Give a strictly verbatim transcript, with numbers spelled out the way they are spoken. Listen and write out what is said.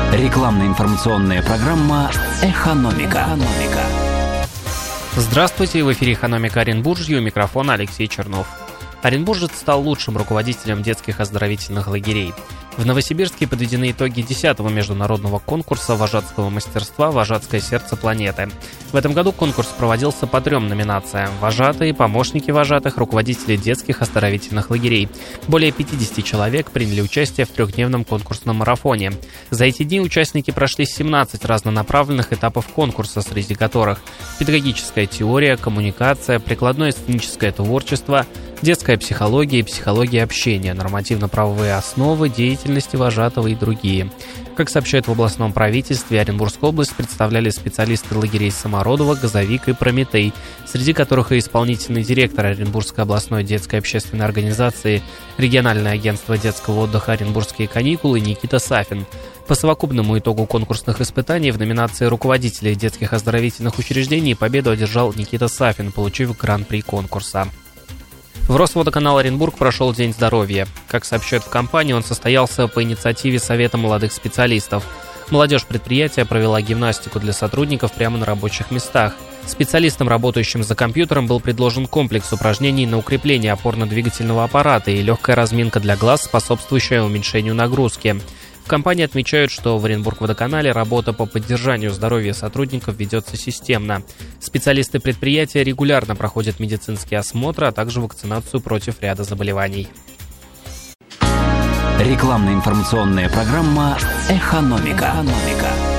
Рекламно-информационная программа «Экономика». «Экономика». Здравствуйте, в эфире «Экономика» Оренбуржья, у микрофона Алексей Чернов. Оренбуржец стал лучшим руководителем детских оздоровительных лагерей. В Новосибирске подведены итоги десятого международного конкурса вожатского мастерства «Вожатское сердце планеты». В этом году конкурс проводился по трем номинациям: вожатые, помощники вожатых, руководители детских оздоровительных лагерей. Более пятьдесят человек приняли участие в трехдневном конкурсном марафоне. За эти дни участники прошли семнадцать разнонаправленных этапов конкурса, среди которых педагогическая теория, коммуникация, прикладное сценическое творчество, детская психология и психология общения, нормативно-правовые основы деятельности вожатого и другие. Как сообщают в областном правительстве, Оренбургскую область представляли специалисты лагерей Самородово, Газовик и Прометей, среди которых и исполнительный директор Оренбургской областной детской общественной организации, региональное агентство детского отдыха «Оренбургские каникулы» Никита Сафин. По совокупному итогу конкурсных испытаний в номинации руководителей детских оздоровительных учреждений победу одержал Никита Сафин, получив гран-при конкурса. В Росводоканал Оренбург прошел День здоровья. Как сообщают в компании, он состоялся по инициативе Совета молодых специалистов. Молодежь предприятия провела гимнастику для сотрудников прямо на рабочих местах. Специалистам, работающим за компьютером, был предложен комплекс упражнений на укрепление опорно-двигательного аппарата и легкая разминка для глаз, способствующая уменьшению нагрузки. В компании отмечают, что в Оренбург-Водоканале работа по поддержанию здоровья сотрудников ведется системно. Специалисты предприятия регулярно проходят медицинские осмотры, а также вакцинацию против ряда заболеваний. Рекламно-информационная программа «Экономика». «Экономика».